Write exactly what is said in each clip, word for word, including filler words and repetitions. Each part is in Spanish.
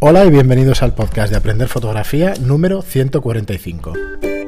Hola y bienvenidos al podcast de Aprender Fotografía número ciento cuarenta y cinco.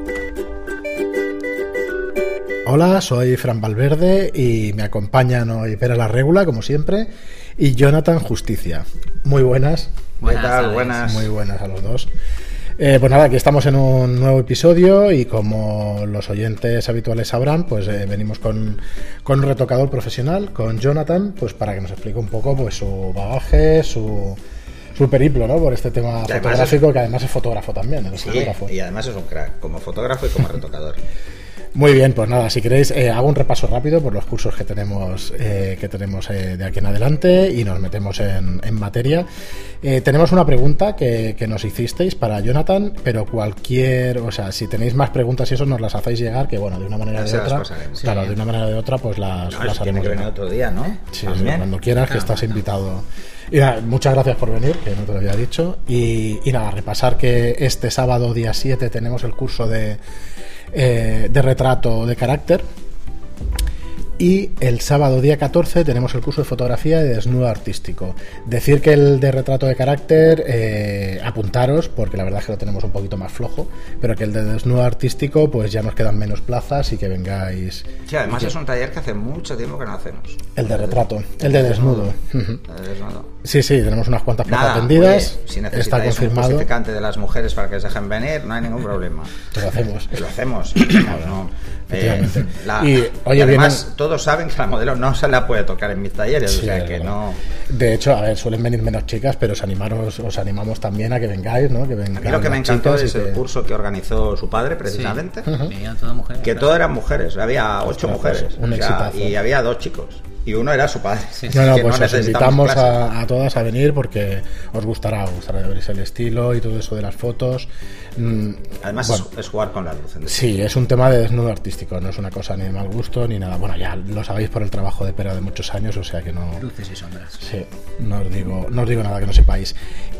Hola, soy Fran Valverde y me acompañan hoy Pere La Regula, como siempre, y Jonathan Justicia. Muy buenas. Buenas, ¿qué tal? Buenas. Muy buenas a los dos. Eh, pues nada, aquí estamos en un nuevo episodio y como los oyentes habituales sabrán, pues eh, venimos con, con un retocador profesional, con Jonathan, pues para que nos explique un poco pues su bagaje, su... su periplo, ¿no? Por este tema y fotográfico, es... que además es fotógrafo también. Es sí, fotógrafo. Y además es un crack, como fotógrafo y como retocador. Muy bien, pues nada, si queréis eh, hago un repaso rápido por los cursos que tenemos eh, que tenemos eh, de aquí en adelante y nos metemos en, en materia. Eh, tenemos una pregunta que, que nos hicisteis para Jonathan, pero cualquier, o sea, si tenéis más preguntas y eso nos las hacéis llegar, que bueno, de una manera o de otra, claro, sí. de una manera o de otra, pues las, no, las haremos. Tiene que venir otro día, ¿no? Sí, sí, cuando quieras, claro, que estás claro. invitado. Y nada, muchas gracias por venir, que no te lo había dicho. Y, y nada, repasar que este sábado, día siete, tenemos el curso de, eh, de retrato de carácter. Y el sábado, día catorce, tenemos el curso de fotografía de desnudo artístico. Decir que el de retrato de carácter, eh, apuntaros, porque la verdad es que lo tenemos un poquito más flojo, pero que el de desnudo artístico, pues ya nos quedan menos plazas y que vengáis. Sí, además que... es un taller que hace mucho tiempo que no hacemos. El de retrato, el de desnudo. El de desnudo. Sí, sí, tenemos unas cuantas plazas Nada, atendidas. Oye, si necesitáis está confirmado. Un justificante de las mujeres para que se dejen venir, no hay ningún problema. Te lo hacemos. Lo hacemos, lo hacemos, ¿no? Efectivamente. Eh, la, y, oye, y además, vienen... todos saben que la modelo no se la puede tocar en mis talleres, sí, o sea que no. De hecho, a ver, suelen venir menos chicas, pero os animaros, os animamos también a que vengáis, ¿no? Que vengan. A mí lo que me encantó es el que... curso que organizó su padre, precisamente. Sí. Uh-huh. Venían todas mujeres. Que todas eran mujeres, había ocho Ostras, mujeres. Pues, un o sea, exitazo. Y había dos chicos. Y uno era su padre. Sí, sí. No, no, pues no os invitamos a, a todas a venir porque os gustará, os gustará de veréis el estilo y todo eso de las fotos. Además bueno, es, es jugar con la luz. Sí, es un tema de desnudo artístico, no es una cosa ni de mal gusto ni nada. Bueno, ya lo sabéis por el trabajo de Pera de muchos años, o sea que no... Luces y sombras. Sí, no os digo, no os digo nada que no sepáis.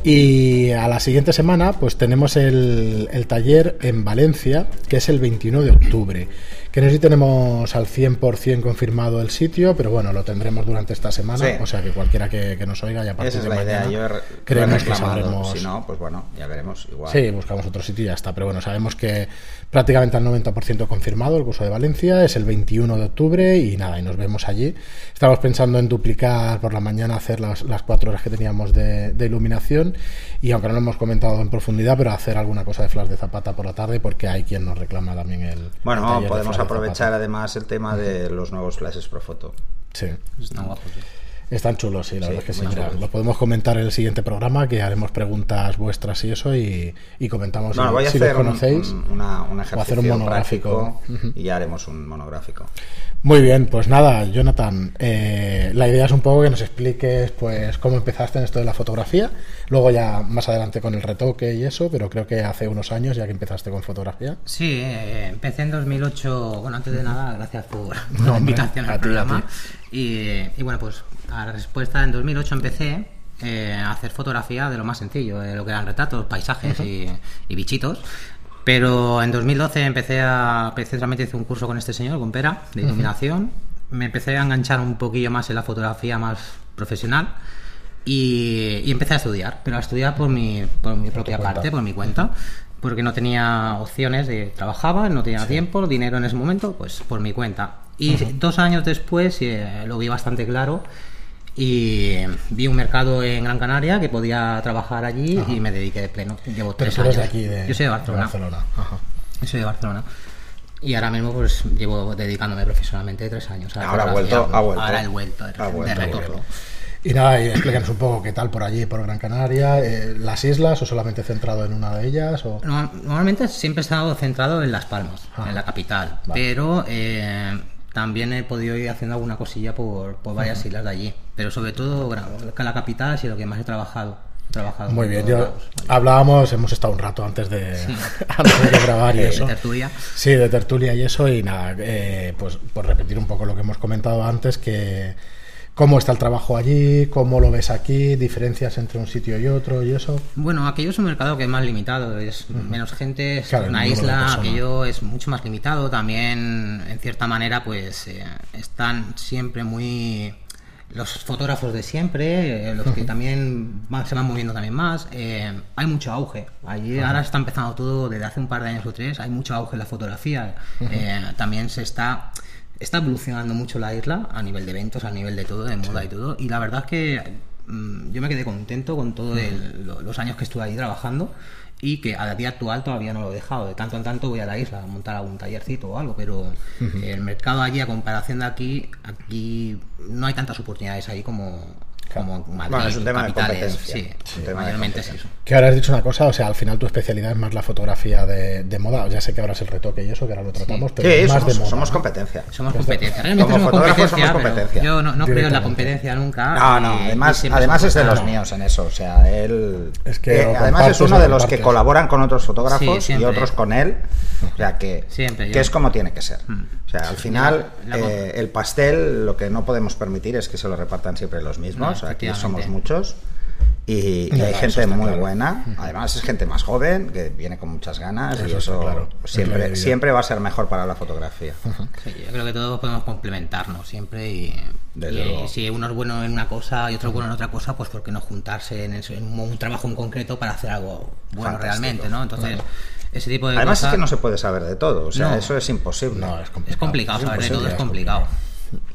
Y a la siguiente semana pues tenemos el, el taller en Valencia, que es el veintiuno de octubre. Que no sé si tenemos al cien por ciento confirmado el sitio, pero bueno, lo tendremos durante esta semana, sí. O sea que cualquiera que, que nos oiga ya a partir Esa es de la mañana idea. Yo he, creemos que sabremos. Si no, pues bueno, ya veremos igual. Sí, buscamos otro sitio y ya está, pero bueno, sabemos que prácticamente al noventa por ciento confirmado el curso de Valencia, es el veintiuno de octubre y nada, y nos vemos allí. Estamos pensando en duplicar por la mañana, hacer las, las cuatro horas que teníamos de, de iluminación y aunque no lo hemos comentado en profundidad, pero hacer alguna cosa de flash de zapata por la tarde porque hay quien nos reclama también el... Bueno, el podemos aprovechar además el tema de los nuevos flashes Profoto. Sí. Están guapos, sí. Están chulos, sí, la sí, verdad es que sí. Mira, lo podemos comentar en el siguiente programa, que haremos preguntas vuestras y eso, y, y comentamos no, si, voy a si hacer los conocéis. Un, una, un ejercicio o hacer un monográfico. Uh-huh. Y ya haremos un monográfico. Muy bien, pues nada, Jonathan, eh, la idea es un poco que nos expliques pues cómo empezaste en esto de la fotografía, luego ya más adelante con el retoque y eso, pero creo que hace unos años ya que empezaste con fotografía. Sí, eh, empecé en dos mil ocho, bueno, antes de nada, gracias por no, la invitación hombre, al programa. Y, y bueno, pues a la respuesta, en dos mil ocho empecé eh, a hacer fotografía de lo más sencillo, de lo que eran retratos, paisajes uh-huh. y, y bichitos. Pero en dos mil doce empecé a precisamente hice un curso con este señor, con Pera, de iluminación. Uh-huh. Me empecé a enganchar un poquillo más en la fotografía más profesional y, y empecé a estudiar, pero a estudiar por mi, por mi propia parte, por mi cuenta, porque no tenía opciones de trabajaba, no tenía sí. tiempo, dinero en ese momento, pues por mi cuenta. Y uh-huh. dos años después eh, lo vi bastante claro y vi un mercado en Gran Canaria que podía trabajar allí. Ajá. Y me dediqué de pleno. Llevo tres Pero años. De aquí de, Yo soy de Barcelona. De Barcelona. Ajá. Yo soy de Barcelona. Y ahora mismo pues llevo dedicándome profesionalmente tres años. A ahora ha vuelto, ha vuelto. Ahora he vuelto de, ha vuelto, de retorno. Y nada, y explícanos un poco qué tal por allí, por Gran Canaria, eh, las islas o solamente centrado en una de ellas. O... No, normalmente siempre he estado centrado en Las Palmas, ah, en la capital, vale. Pero eh, también he podido ir haciendo alguna cosilla por, por varias uh-huh. islas de allí, pero sobre todo en la capital ha sido lo que más he trabajado. Trabajado muy bien, yo lados. Hablábamos, hemos estado un rato antes de, sí. antes de grabar y eso. De tertulia. Sí, de tertulia y eso, y nada, eh, pues por repetir un poco lo que hemos comentado antes, que cómo está el trabajo allí, cómo lo ves aquí, diferencias entre un sitio y otro y eso. Bueno, aquello es un mercado que es más limitado, es uh-huh. menos gente, es claro, una isla, aquello es mucho más limitado, también en cierta manera pues eh, están siempre muy... los fotógrafos de siempre, eh, los que también van, se van moviendo también más, eh, hay mucho auge. Allí ahora está empezando todo desde hace un par de años o tres, hay mucho auge en la fotografía. Eh, también se está está evolucionando mucho la isla a nivel de eventos, a nivel de todo, de moda y todo. Y la verdad es que mmm, yo me quedé contento con todos los años que estuve ahí trabajando. Y que a día actual todavía no lo he dejado. De tanto en tanto voy a la isla a montar algún tallercito o algo, pero uh-huh. el mercado allí, a comparación de aquí, aquí no hay tantas oportunidades ahí como, como Madrid. Bueno, es un tema capitales. de competencia. Sí, es un sí, tema mayormente de es eso. Que ahora has dicho una cosa, o sea, al final tu especialidad es más la fotografía de, de moda. Ya sé que ahora es el retoque y eso, que ahora lo tratamos, sí. pero sí, es más somos, de moda. Somos competencia. Somos competencia. Realmente Como somos fotógrafos competencia, somos competencia. Yo no, no creo en la competencia nunca. No, no, y, además, y además es de los no. míos en eso. O sea, él. Es que eh, además es uno de los que colaboran con otros fotógrafos sí, y otros con él. O sea, que, siempre, que es como tiene que ser. Hmm. O sea, al final, la, la, eh, el pastel, lo que no podemos permitir es que se lo repartan siempre los mismos. No, aquí somos muchos. Y, y no, hay no, gente muy claro. buena, además es gente más joven que viene con muchas ganas eso y eso claro. siempre, siempre va a ser mejor para la fotografía. Sí, yo creo que todos podemos complementarnos siempre y, y si uno es bueno en una cosa y otro es bueno en otra cosa, pues por qué no juntarse en, eso, en un, un trabajo en concreto para hacer algo bueno. Fantástico. Realmente, ¿no? Entonces, claro. ese tipo de además cosas... es que no se puede saber de todo, o sea, no, eso es imposible. No, es complicado, es complicado es saber de todo, es es complicado. complicado.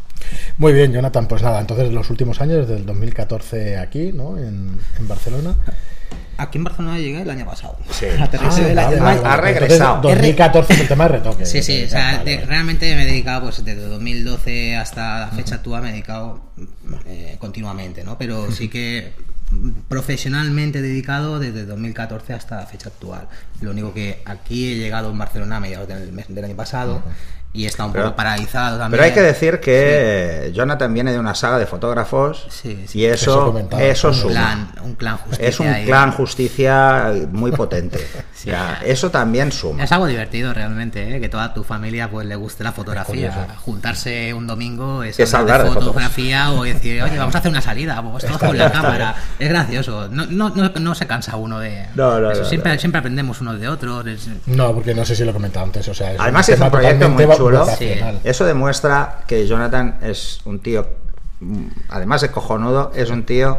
Muy bien, Jonathan, pues nada, entonces los últimos años, desde el dos mil catorce aquí, ¿no? En, en Barcelona. Aquí en Barcelona llegué el año pasado. Sí. Ah, vale, vale, ha vale. regresado. Entonces, dos mil catorce es el tema de retoque. Sí, sí, o sea, vale, de, vale. realmente me he dedicado, pues desde dos mil doce hasta la fecha uh-huh. actual, me he dedicado eh, continuamente, ¿no? Pero sí que profesionalmente dedicado desde dos mil catorce hasta la fecha actual. Lo único que aquí he llegado en Barcelona a mediados del, mes, del año pasado. Uh-huh. Y está un pero, poco paralizado también. Pero hay que decir que sí. Jonathan viene de una saga de fotógrafos sí, sí. y eso, eso, eso un suma. Clan, un clan justicia. Es un ahí. clan justicia muy potente. sí, o sea, eso también suma. Es algo divertido realmente, ¿eh? Que toda tu familia pues le guste la fotografía. Juntarse un domingo es, es hablar de, de fotografía fotos. O decir, oye, vamos a hacer una salida, pues todos con la cámara. Es gracioso. No, no, no, no se cansa uno de no, no, eso. No, siempre, no. siempre aprendemos unos de otros. Es... No, porque no sé si lo he comentado antes. O sea, es además un es un proyecto muy chulo. Sí. Eso demuestra que Jonathan es un tío, además de cojonudo, es un tío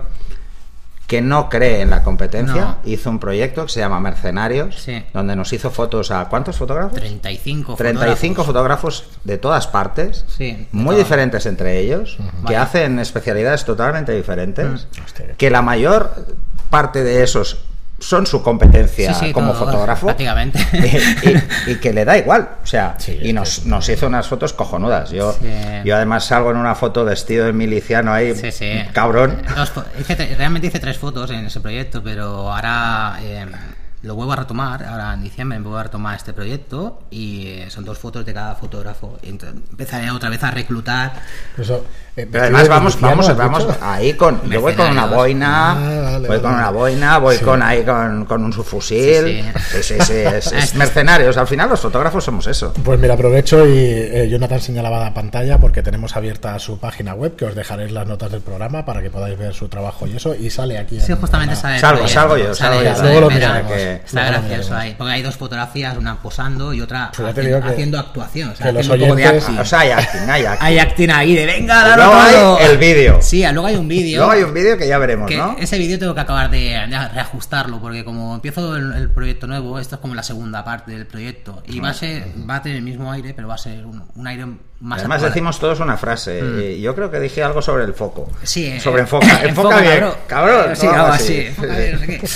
que no cree en la competencia. No. Hizo un proyecto que se llama Mercenarios, sí. donde nos hizo fotos a ¿cuántos fotógrafos? treinta y cinco treinta y cinco fotógrafos. fotógrafos de todas partes, sí, muy todas. diferentes entre ellos, uh-huh. que vale. hacen especialidades totalmente diferentes, uh-huh. que la mayor parte de esos son su competencia sí, sí, como todo, fotógrafo prácticamente. Y, y, y que le da igual, o sea, sí, y nos, sí. nos hizo unas fotos cojonudas. Yo, sí. yo además salgo en una foto vestido de miliciano ahí, sí, sí. cabrón. Los, hice, realmente hice tres fotos en ese proyecto, pero ahora eh, lo vuelvo a retomar. Ahora en diciembre vuelvo a retomar este proyecto y son dos fotos de cada fotógrafo. Y entonces empezaré otra vez a reclutar. Eso, eh, pero además vamos, vamos, vamos ahí con. Yo voy con una boina, ah, vale, voy vale. con una boina, voy sí. con ahí con, con un subfusil. Sí, sí, sí, sí es, es mercenarios. Al final los fotógrafos somos eso. Pues mira, aprovecho y eh, Jonathan señalaba la pantalla porque tenemos abierta su página web, que os dejaré en las notas del programa para que podáis ver su trabajo y eso. Y sale aquí. Sí, justamente sale. Salgo, salgo yo, salgo yo. Luego lo miraremos. Que, está gracioso ahí, porque hay dos fotografías, una posando y otra pues haciendo, que, haciendo actuación. O sea, que haciendo los oyentes, de o sea, hay acting, hay acting. Hay acting ahí de venga, dalo luego todo. Hay el vídeo. Sí, luego hay un vídeo. Luego hay un vídeo que ya veremos, que ¿no? Ese vídeo tengo que acabar de, de reajustarlo, porque como empiezo el, el proyecto nuevo, esto es como la segunda parte del proyecto. Y va a ser, va a tener el mismo aire, pero va a ser un, un aire más Además actual. Decimos todos una frase. Mm. Yo creo que dije algo sobre el foco. Sí, eh, sobre enfoca. Enfoca, enfoca bien, cabrón. cabrón sí, no, algo así. así. Enfoca bien, no sé qué.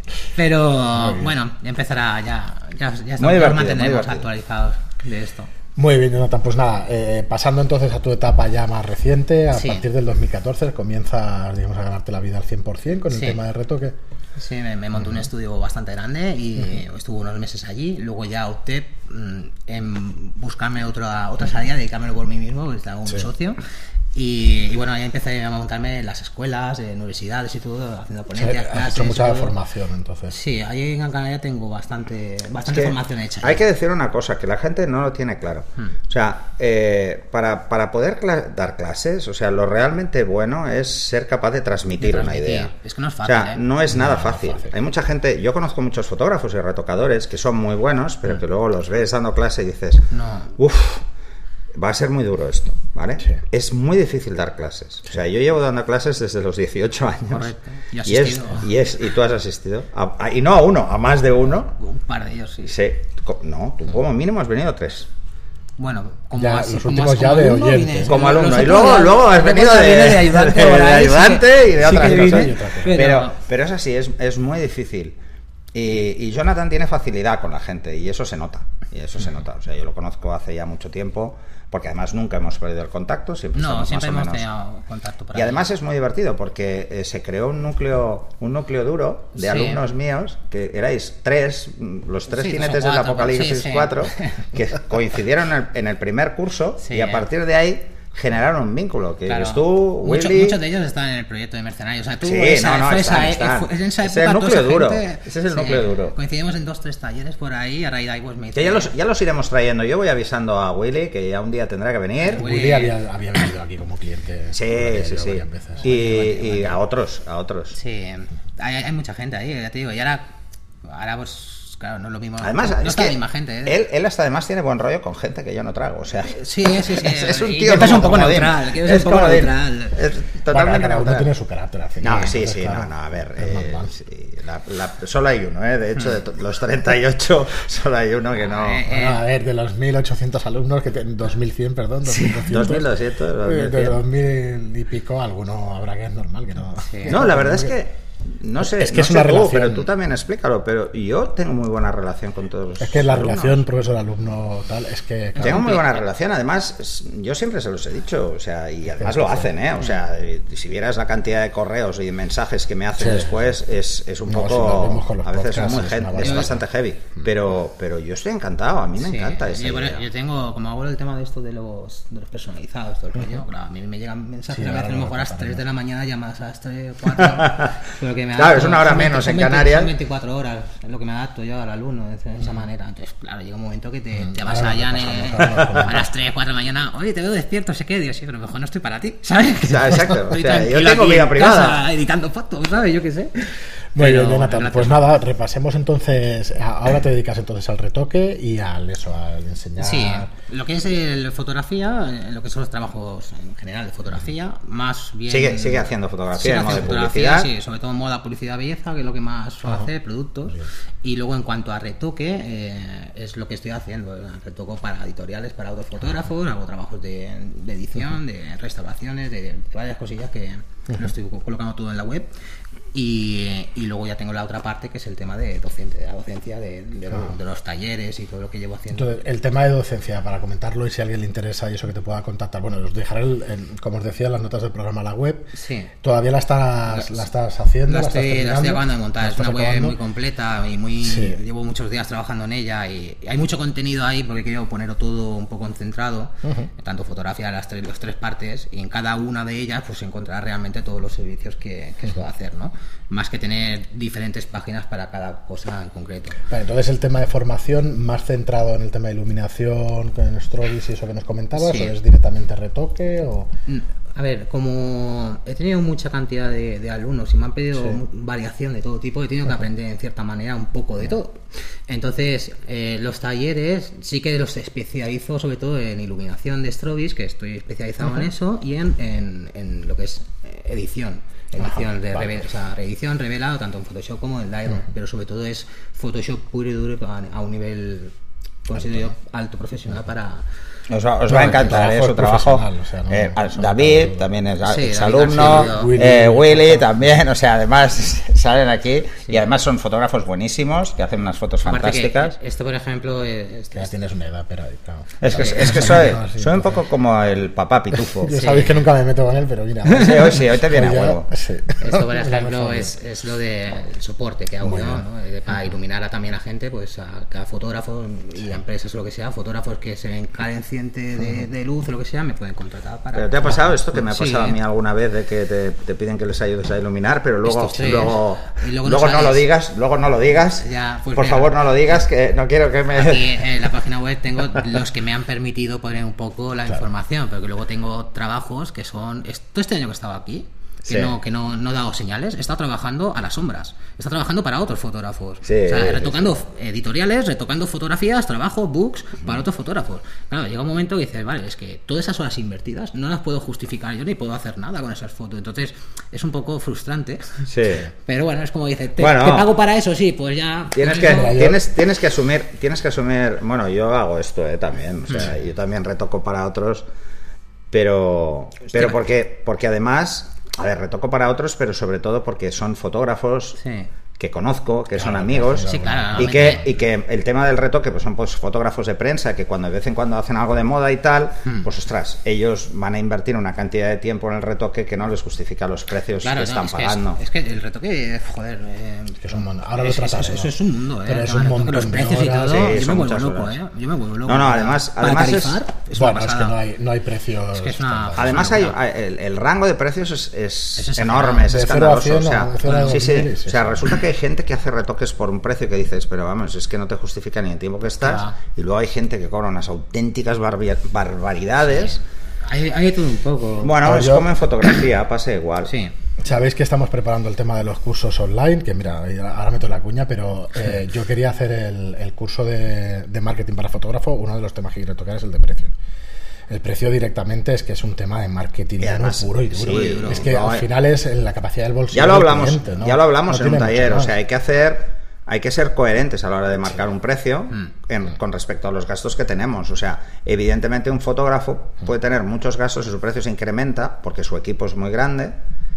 Pero bueno, ya empezará, ya, ya, ya muy nos mantendremos actualizados de esto. Muy bien, Jonathan, pues nada, eh, pasando entonces a tu etapa ya más reciente, a sí. partir del dos mil catorce comienzas, digamos, a ganarte la vida al cien por ciento con el sí. tema de retoque. Sí, me, me monté uh-huh. un estudio bastante grande y uh-huh. estuve unos meses allí. Luego ya opté mm, en buscarme otra otra salida, dedicármelo por mí mismo, estaba con sí. mi socio. Y, y bueno, ahí empecé a montarme en las escuelas, en universidades y todo, haciendo ponencias, sí, clases. Has hecho mucha formación, entonces. Sí, ahí en Gran Canaria tengo bastante, bastante es que formación hecha. Hay ya. que decir una cosa, que la gente no lo tiene claro. Hmm. O sea, eh, para, para poder cl- dar clases, o sea, lo realmente bueno es ser capaz de transmitir, de transmitir. una idea. Es que no es fácil, O sea, ¿eh? no es nada no, fácil. fácil. Hay mucha gente, yo conozco muchos fotógrafos y retocadores que son muy buenos, pero hmm. que luego los ves dando clase y dices, no. uff. va a ser muy duro esto, ¿vale? Sí. Es muy difícil dar clases. O sea, yo llevo dando clases desde los dieciocho años. Correcto. Y, y, es, y, es, y tú has asistido. A, a, y no a uno, a más de uno. Un par de ellos, sí. Sí. No, tú como mínimo has venido tres. Bueno, como ya, así, los como últimos as, ya como de alumno, oyente. vine, Como alumno. Y luego, luego, luego has venido de, de ayudante, de, de, por ahí, ayudante sí y de que, otras sí que cosas. Vine, Pero, pero, pero es así, es, es muy difícil. Y, y Jonathan tiene facilidad con la gente y eso se nota. Y eso se nota. O sea, yo lo conozco hace ya mucho tiempo. Porque además nunca hemos perdido el contacto, siempre no, estamos siempre más o hemos menos... tenido contacto. Por y ahí. además es muy divertido porque eh, se creó un núcleo un núcleo duro de sí. alumnos míos, que erais tres, los tres sí, jinetes del Apocalipsis sí, sí. cuatro, que coincidieron en el, en el primer curso sí, y a partir de ahí generaron un vínculo, que claro. eres tú, Mucho, Willy... Muchos de ellos están en el proyecto de Mercenarios. O sea, tú, sí, esa, no, no, están, esa, están. En esa Ese es el núcleo duro. Gente, Ese es el sí, núcleo duro. Coincidimos en dos, tres talleres por ahí, a raíz de ahí pues me dice... Que ya los, ya los iremos trayendo. Yo voy avisando a Willy, que ya un día tendrá que venir. Willy, Willy había, había venido aquí como cliente. Sí, sí, sí. Y, y a otros, a otros. Sí, hay, hay mucha gente ahí, ya te digo. Y ahora, ahora pues... Claro, no es lo mismo. Además, no es está que la misma gente. ¿eh? Él, él hasta además tiene buen rollo con gente que yo no trago. O sea, sí, sí, sí. es, es un y tío. Es un poco neutral. Que es, es un poco neutral. Es totalmente bueno, neutral. Uno tiene su carácter al final. No, sí, sí, claro, no, no. A ver, eh, sí, la, la, solo hay uno, ¿eh? De hecho, de los treinta y ocho, solo hay uno que no. Eh, eh. Bueno, a ver, de los mil ochocientos alumnos, que dos mil cien, perdón, dos mil doscientos. dos mil doscientos, dos mil cien. De dos mil y pico, alguno habrá que es normal que no. Sí. No, la verdad es que. No sé, es que no es sé una tú, relación. Pero tú también explícalo. Pero yo tengo muy buena relación con todos los Es que la alumnos. relación profesor-alumno tal, es que... Claro, tengo muy buena relación. Además, yo siempre se los he dicho. O sea, y además lo hacen, ¿eh? O sea, si vieras la cantidad de correos y mensajes que me hacen sí. después, es, es un no, poco... Si a veces es, muy es, gente, es bastante heavy. Pero, pero yo estoy encantado. A mí me sí, encanta esa yo, idea. yo tengo, como hago el tema de esto de los, de los personalizados, todo el rollo, uh-huh. claro, a mí me llegan mensajes sí, a veces a lo mejor a las tres de la mañana, llamadas a las tres, cuatro... Pero que me claro, es una hora menos en Canarias. Son veinticuatro horas, es lo que me adapto yo al alumno de esa manera. Entonces, claro, llega un momento que te, te vas allá a las tres, cuatro de la mañana, oye, te veo despierto, sé qué, Dios, sí, pero mejor no estoy para ti, ¿sabes? O sea, exacto, o sea, yo tengo vida privada. Casa, editando fotos, ¿sabes? Yo qué sé. Muy bien, Jonathan. Pues nada, repasemos entonces. Ahora te dedicas entonces al retoque y al eso, al enseñar. Sí, lo que es el fotografía, lo que son los trabajos en general de fotografía, más bien. Sigue, sigue haciendo fotografía, sigue ¿no? haciendo de fotografía, publicidad. sí, sobre todo moda, publicidad, belleza, que es lo que más suelo uh-huh. hacer, productos. Sí. Y luego en cuanto a retoque, eh, es lo que estoy haciendo. Retoco para editoriales, para otros fotógrafos, hago trabajos de, de edición, uh-huh. de restauraciones, de, de varias cosillas que uh-huh. lo estoy colocando todo en la web. Y, y luego ya tengo la otra parte que es el tema de docente, de la docencia de, de, ah. los, de los talleres y todo lo que llevo haciendo. Entonces, el tema de docencia, para comentarlo y si a alguien le interesa y eso que te pueda contactar, bueno, os dejaré, el, el, como os decía, las notas del programa a la web. Sí. ¿Todavía la estás, la estás haciendo? La, la, estoy, estás la estoy acabando de montar, es una web acabando? muy completa y muy sí. llevo muchos días trabajando en ella y, y hay mucho contenido ahí porque quiero ponerlo todo un poco concentrado, uh-huh. tanto fotografía, las tres, las tres partes, y en cada una de ellas pues encontrarás realmente todos los servicios que, que uh-huh. se puede hacer, ¿no? Más que tener diferentes páginas para cada cosa en concreto. Vale, entonces el tema de formación más centrado en el tema de iluminación, con Strobis y eso que nos comentabas, sí. ¿o es directamente retoque? O... A ver, como he tenido mucha cantidad de, de alumnos y me han pedido sí. variación de todo tipo, he tenido que aprender en cierta manera un poco de todo. Entonces, eh, los talleres sí que los especializo sobre todo en iluminación de Strobis, que estoy especializado uh-huh. en eso, y en, en, en lo que es edición. Edición Ajá, de vale. reve- o sea, reedición, revelado tanto en Photoshop como en Lightroom, uh-huh. pero sobre todo es Photoshop puro y duro a, a un nivel considero alto, alto profesional para... Os va, os va a encantar eh, su trabajo. O sea, no, eh, no David no, también es sí, exalumno, Willy, eh, Willy también, o sea, además salen aquí sí. y además son fotógrafos buenísimos que hacen unas fotos aparte fantásticas. Que esto, por ejemplo, es, que ya tienes una edad, pero claro. Es que, es que soy, soy un poco como el papá pitufo. Ya sí. sabéis que nunca me meto con él, pero mira. Sí, hoy sí, hoy te viene a huevo. Sí. Esto, por ejemplo, es, es lo del soporte que hago, ¿no? ¿no? Para iluminar a también a gente, pues a cada fotógrafo y a empresas o lo que sea, fotógrafos que se ven carencientes de, de luz o lo que sea, me pueden contratar para... ¿Pero te ha pasado esto que me ha pasado sí. a mí alguna vez de que te, te piden que les ayudes a iluminar, pero luego sí. luego, luego, luego no, no lo digas, luego no lo digas, ya, pues por mira, favor no lo digas, que no quiero que me... Aquí en la página web tengo los que me han permitido poner un poco la claro. información, pero que luego tengo trabajos que son... Todo este año que estaba aquí, que, sí. no, que no, no da señales, está trabajando a las sombras, está trabajando para otros fotógrafos, sí, o sea, retocando sí. editoriales, retocando fotografías, trabajo, books para otros fotógrafos. Claro, llega un momento que dices, vale, es que todas esas horas invertidas no las puedo justificar yo ni puedo hacer nada con esas fotos, entonces es un poco frustrante. Sí. Pero bueno, es como dices, te, bueno, te pago para eso, sí, pues ya. Tienes que, eso... tienes, tienes que asumir, tienes que asumir, bueno, yo hago esto eh, también, o sea, yo también retoco para otros, pero, pero porque, porque además, a ver, retoco para otros, pero sobre todo porque son fotógrafos. Sí. que conozco, que claro, son amigos, sí, claro, y, que, y que el tema del retoque pues son pues fotógrafos de prensa que cuando de vez en cuando hacen algo de moda y tal, hmm. pues ostras, ellos van a invertir una cantidad de tiempo en el retoque que no les justifica los precios claro, que no, están es pagando. Que es, es que el retoque, joder, eh, es que es un mundo. Ahora lo tratas, eso, eso es un mundo, eh. Pero es un montón los precios y todo, sí, yo me vuelvo loco, eh. Yo me vuelvo loco. No, no, además, para además tarifar, es, es bueno, es que no hay, no hay precios. Es que es una, además hay, el, el rango de precios es, es, es enorme, es escandaloso, o sea, sí, sí, o sea, resulta que hay gente que hace retoque toques por un precio que dices, pero vamos, es que no te justifica ni el tiempo que estás, ah. y luego hay gente que cobra unas auténticas barbi- barbaridades. Sí. Hay, hay todo un poco. Bueno, es yo... como en fotografía, pasa igual. Sí. Sabéis que estamos preparando el tema de los cursos online, que mira, ahora meto la cuña, pero eh, yo quería hacer el, el curso de, de marketing para fotógrafo. Uno de los temas que quiero tocar es el de precio. El precio directamente es que es un tema de marketing además, puro y duro. Sí, es que no, al final es la capacidad del bolsillo. Ya lo hablamos, cliente, ¿no? ya lo hablamos no en un taller, o sea, hay que hacer, hay que ser coherentes a la hora de marcar sí. un precio mm. en, con respecto a los gastos que tenemos. O sea, evidentemente un fotógrafo mm. puede tener muchos gastos y su precio se incrementa porque su equipo es muy grande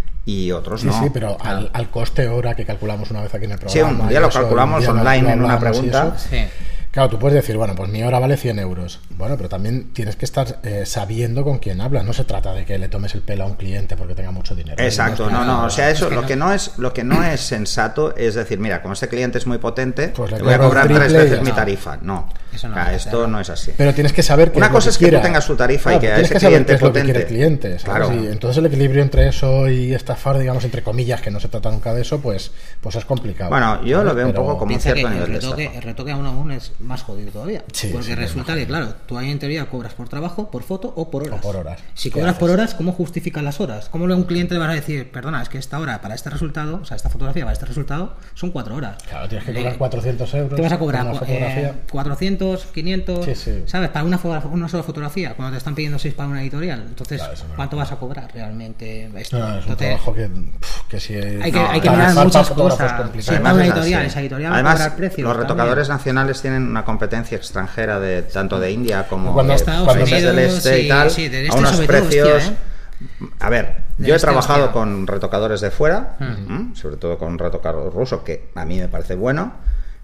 y otros sí, no. Sí, pero claro. al, al coste hora que calculamos una vez aquí en el programa. Sí, un día lo calculamos día online lo, lo en una pregunta. Sí. Claro, tú puedes decir, bueno, pues mi hora vale cien euros. Bueno, pero también tienes que estar eh, sabiendo con quién hablas. No se trata de que le tomes el pelo a un cliente porque tenga mucho dinero. Exacto, no, no. O sea, eso, lo que no es, lo que no es sensato es decir, mira, como este cliente es muy potente, pues le, le voy a cobrar tres veces mi tarifa. No, eso no, o sea, esto no es así. Pero tienes que saber que una cosa es que tú tengas tu tarifa claro, y que a ese que cliente potente. Es lo que el cliente, claro. Y entonces el equilibrio entre eso y estafar, digamos, entre comillas, que no se trata nunca de eso, pues, pues es complicado. Bueno, yo lo veo un poco como un cierto nivel de estafa. El retoque a uno a uno es más jodido todavía. Sí, porque sí, resulta que, claro, tú ahí en teoría cobras por trabajo, por foto o por horas. O por horas. Si cobras por horas, ¿cómo justificas las horas? ¿Cómo a un cliente le vas a decir, perdona, es que esta hora para este resultado, o sea, esta fotografía para este resultado, son cuatro horas? Claro, tienes que cobrar cuatrocientos euros. Te vas a cobrar una fotografía. Eh, cuatrocientos, quinientos, sí, sí. ¿sabes? Para una, una sola fotografía, cuando te están pidiendo seis para una editorial. Entonces, claro, no ¿cuánto vas a cobrar realmente esto? No, es Entonces, un trabajo que, que si hay que, no, hay que mirar muchas cosas. Sí, para una editorial, esa editorial además, va a cobrar precios. Los retocadores también. nacionales tienen una competencia extranjera de tanto de India como cuando de Estados Unidos del Este sí, y tal, sí, del este a unos precios. Todo, hostia, ¿eh? A ver, de yo he este trabajado hostia. con retocadores de fuera, uh-huh. ¿m? sobre todo con un retocador ruso que a mí me parece bueno,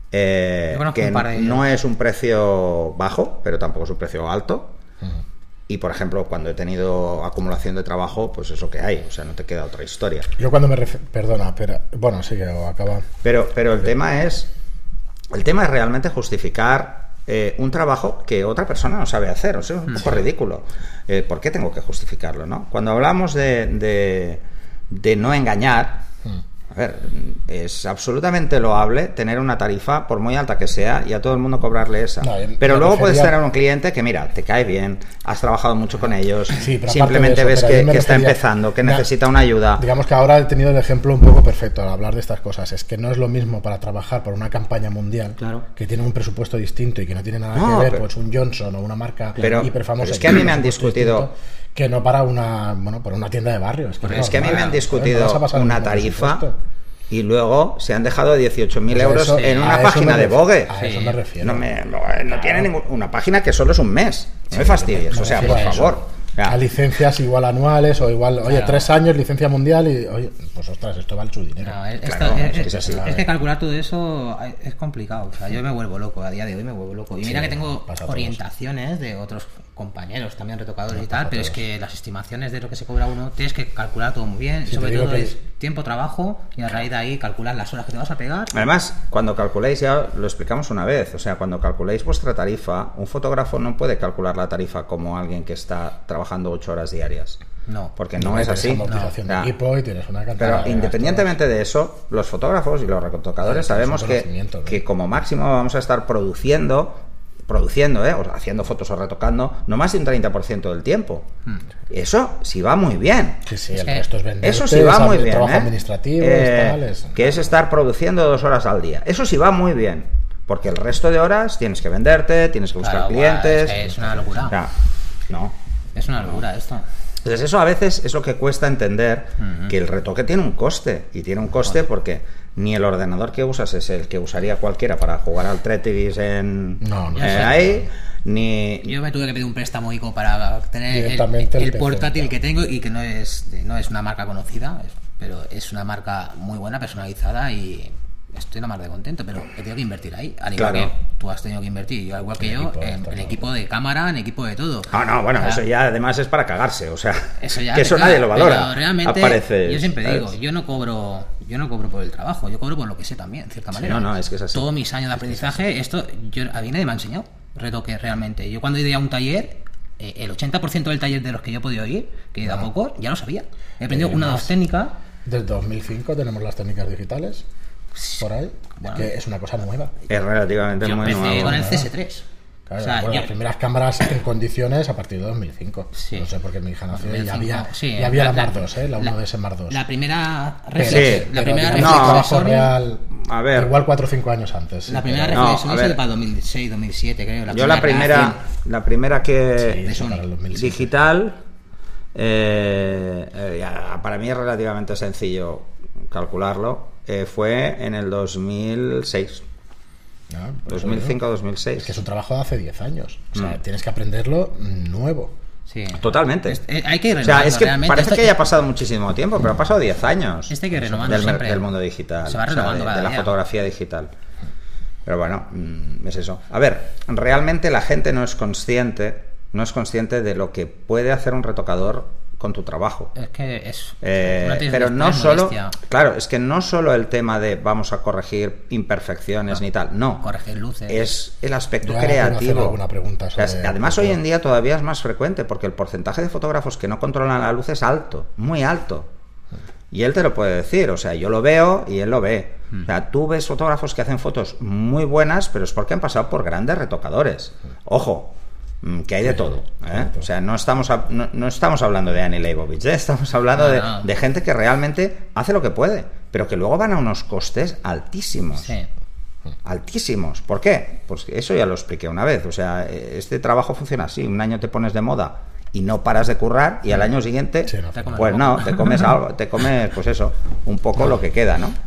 eh, que un no es un precio bajo, pero tampoco es un precio alto. Uh-huh. Y por ejemplo, cuando he tenido acumulación de trabajo, pues es lo que hay, o sea, no te queda otra historia. Yo cuando me refiero, perdona, pero bueno, sí que acaba. Pero, pero el tema es, el tema es realmente justificar eh, un trabajo que otra persona no sabe hacer, o sea, es un poco ridículo. Eh, ¿Por qué tengo que justificarlo, no? Cuando hablamos de, de, de no engañar, a ver, es absolutamente loable tener una tarifa, por muy alta que sea, y a todo el mundo cobrarle esa. No, pero luego refería... puedes tener un cliente que, mira, te cae bien, has trabajado mucho con ellos, sí, simplemente eso, ves que, que refería... está empezando, que necesita una ayuda. Digamos que ahora he tenido el ejemplo un poco perfecto al hablar de estas cosas. Es que no es lo mismo para trabajar por una campaña mundial, claro. que tiene un presupuesto distinto y que no tiene nada no, que ver, pero... pues un Johnson o una marca pero, hiperfamosa. Pero es que a mí me han discutido... que no para una bueno para una tienda de barrio. Es que, no, es que a mí me han discutido no una tarifa y luego se han dejado dieciocho mil euros eso, en una página de Vogue. A eso me refiero. No, me, no, no tiene ningún, una página que solo es un mes. No sí, me fastidies, me o sea, por favor. A licencias igual anuales o igual, oye, claro. tres años, licencia mundial y, oye, pues ostras, esto vale su dinero. No, esto, claro, es, es, es, es que calcular todo eso es complicado. O sea, yo me vuelvo loco, a día de hoy me vuelvo loco. Y mira sí, que tengo orientaciones de otros compañeros, también retocadores no, y tal, pero todos. Es que las estimaciones de lo que se cobra uno tienes que calcular todo muy bien. Sí, sobre todo que... es tiempo, trabajo y a raíz de ahí calcular las horas que te vas a pegar. Además, cuando calculéis, ya lo explicamos una vez, o sea, cuando calculéis vuestra tarifa, un fotógrafo no puede calcular la tarifa como alguien que está trabajando ocho horas diarias. No, porque no, no es así. No. De equipo y tienes una pero de independientemente gastos. De eso, los fotógrafos y los retocadores sí, sabemos que, que como máximo vamos a estar produciendo produciendo, ¿eh? O haciendo fotos o retocando, no más de un treinta por ciento del tiempo. Mm. Eso sí va muy bien. Sí, sí, el resto es venderte, eso sí va muy bien. Trabajo ¿eh? administrativo, eh, tal, es... que es estar produciendo dos horas al día. Eso sí va muy bien. Porque el resto de horas tienes que venderte, tienes que buscar claro, clientes. Guau, es, que es una locura. O sea, no. Es una locura esto. Entonces eso a veces es lo que cuesta entender, uh-huh. que el retoque tiene un coste. Y tiene un coste porque ni el ordenador que usas es el que usaría cualquiera para jugar al Tetris en no, no, eh, ahí, ni... Yo me tuve que pedir un préstamo ICO para tener el, el, el portátil claro. que tengo y que no es, no es una marca conocida, pero es una marca muy buena, personalizada y... Estoy nada más de contento, pero he tenido que invertir ahí. Al igual claro. que tú has tenido que invertir, yo, al igual que en yo, equipo, en, en equipo de cámara, en equipo de todo. Ah, no, bueno, o sea, eso ya además es para cagarse, o sea, eso ya que eso nadie lo valora. Realmente, Aparece, yo siempre ¿sabes? digo, yo no cobro yo no cobro por el trabajo, yo cobro por lo que sé también, de cierta manera. Sí, no, no, es que es así. Todos mis años de aprendizaje, esto, yo, a mí nadie me ha enseñado retoque realmente. Yo cuando he ido a un taller, eh, el ochenta por ciento del taller de los que yo he podido ir, que he ido a poco, ya lo sabía. He aprendido una o dos técnicas. Desde dos mil cinco tenemos las técnicas digitales. Por ahí, bueno, que es una cosa nueva. Es relativamente yo muy empecé nueva. con el C S tres. Claro, o sea, bueno, yo... las primeras cámaras en condiciones a partir de dos mil cinco. Sí. No sé por qué mi hija nació y ya había, sí, ya había la, la Mar dos, ¿eh? La uno D S Mar dos. La primera reflex, sí, la primera reflex no, Sony, real, a ver, igual cuatro o cinco años antes. La sí, primera pero... reflex no, Sony es para dos mil seis, dos mil siete, creo. La yo la primera, la primera que sí, digital, eh, eh, ya, para mí es relativamente sencillo calcularlo. Eh, fue en el dos mil seis. Ah, dos mil cinco a dos mil seis. Es que es un trabajo de hace diez años. O sea, mm. tienes que aprenderlo nuevo. Sí. Totalmente. Este, hay que ir o sea, es que realmente. parece Esto, que haya pasado muchísimo tiempo, pero ha pasado diez años. Este hay que renovando del, siempre. del mundo digital. Se va renovando, o sea, de, de la día. fotografía digital. Pero bueno, es eso. A ver, realmente la gente no es consciente, no es consciente de lo que puede hacer un retocador con tu trabajo. Es que es eh, pero no solo modestia. Claro, es que no solo el tema de vamos a corregir imperfecciones no, ni tal, no, corregir luces, es el aspecto Yo creativo. Alguna pregunta sobre o sea, además hoy en día todavía es más frecuente porque el porcentaje de fotógrafos que no controlan la luz es alto, muy alto, y él te lo puede decir. O sea, yo lo veo y él lo ve. O sea, tú ves fotógrafos que hacen fotos muy buenas, pero es porque han pasado por grandes retocadores. Ojo, que hay de todo, ¿eh? O sea, no estamos a, no, no estamos hablando de Annie Leibovitz, ¿eh? Estamos hablando no, de, no. de gente que realmente hace lo que puede, pero que luego van a unos costes altísimos. Sí. Altísimos. ¿Por qué? Pues eso ya lo expliqué una vez. O sea, este trabajo funciona así. Un año te pones de moda y no paras de currar y al año siguiente, sí, no, pues no, te comes algo, te comes, pues eso, un poco lo que queda, ¿no?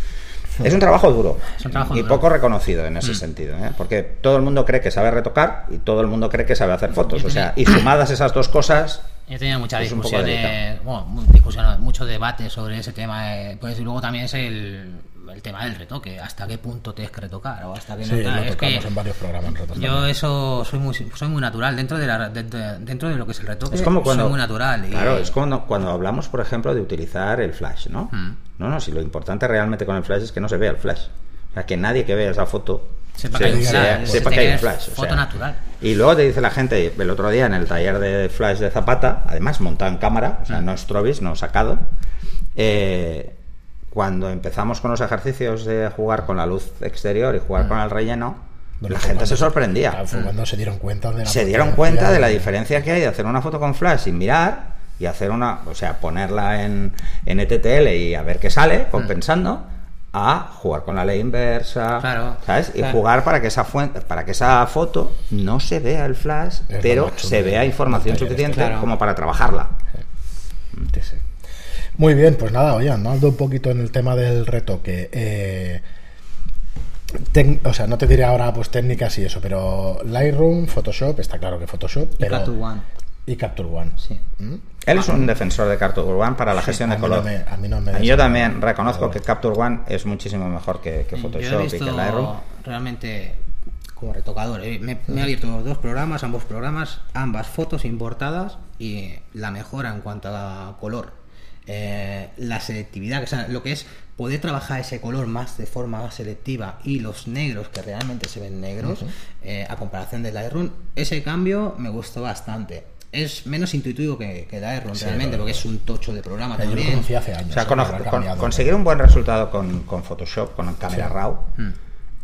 Es un trabajo duro un trabajo y duro. poco reconocido en ese mm. sentido, ¿eh? Porque todo el mundo cree que sabe retocar y todo el mundo cree que sabe hacer fotos. Tenía, o sea, y sumadas esas dos cosas. Yo he tenido muchas discusiones, bueno, discusión, mucho debate sobre ese tema. Eh, pues y luego también es el, el tema del retoque. ¿Hasta qué punto tienes que retocar? O hasta qué sí, no, lo es tocamos que en varios programas. Yo eso soy muy soy muy natural dentro de, la, de, de dentro de lo que es el retoque. Es como cuando, soy muy natural. Y... Claro, es cuando, cuando hablamos, por ejemplo, de utilizar el flash, ¿no? Mm. No, no, si lo importante realmente con el flash es que no se vea el flash. O sea, que nadie que vea esa foto sepa se, que hay un flash, flash, sepa que hay un flash. Foto o sea, natural. Y luego te dice la gente, el otro día en el taller de flash de Zapata, además montado en cámara, o sea, mm. no strobis, no sacado, eh, cuando empezamos con los ejercicios de jugar con la luz exterior y jugar mm. con el relleno, bueno, la gente se sorprendía. Claro, fue cuando se dieron cuenta de la se dieron cuenta de la diferencia que hay de hacer una foto con flash sin mirar y hacer una, o sea, ponerla en, en E T T L y a ver qué sale, compensando, mm. a jugar con la ley inversa, claro, ¿sabes? Y claro. jugar para que esa fuente, para que esa foto no se vea el flash, es pero se vea información suficiente claro. como para trabajarla. Sí, sí. Muy bien, pues nada, oye, andando un poquito en el tema del retoque. Eh, tec- o sea, no te diré ahora pues técnicas y eso, pero Lightroom, Photoshop, está claro que Photoshop, y pero Capture One. Y Capture One. Sí. ¿Mm? Él es un defensor de Capture One para la sí, gestión de color. No me, a mí no me Yo también reconozco que Capture One es muchísimo mejor que, que Photoshop Yo he visto y que Lightroom. Realmente como retocador. Eh, me, me he abierto dos programas, ambos programas, ambas fotos importadas y la mejora en cuanto a color. Eh, la selectividad, o sea, lo que es poder trabajar ese color más de forma más selectiva y los negros que realmente se ven negros, uh-huh. eh, a comparación de Lightroom, ese cambio me gustó bastante. Es menos intuitivo que, que Lightroom sí, realmente, porque es un tocho de programa yo también. Yo lo conocí hace años. O sea, con, con, conseguir un buen resultado con, con Photoshop, con cámara sí. RAW, hmm.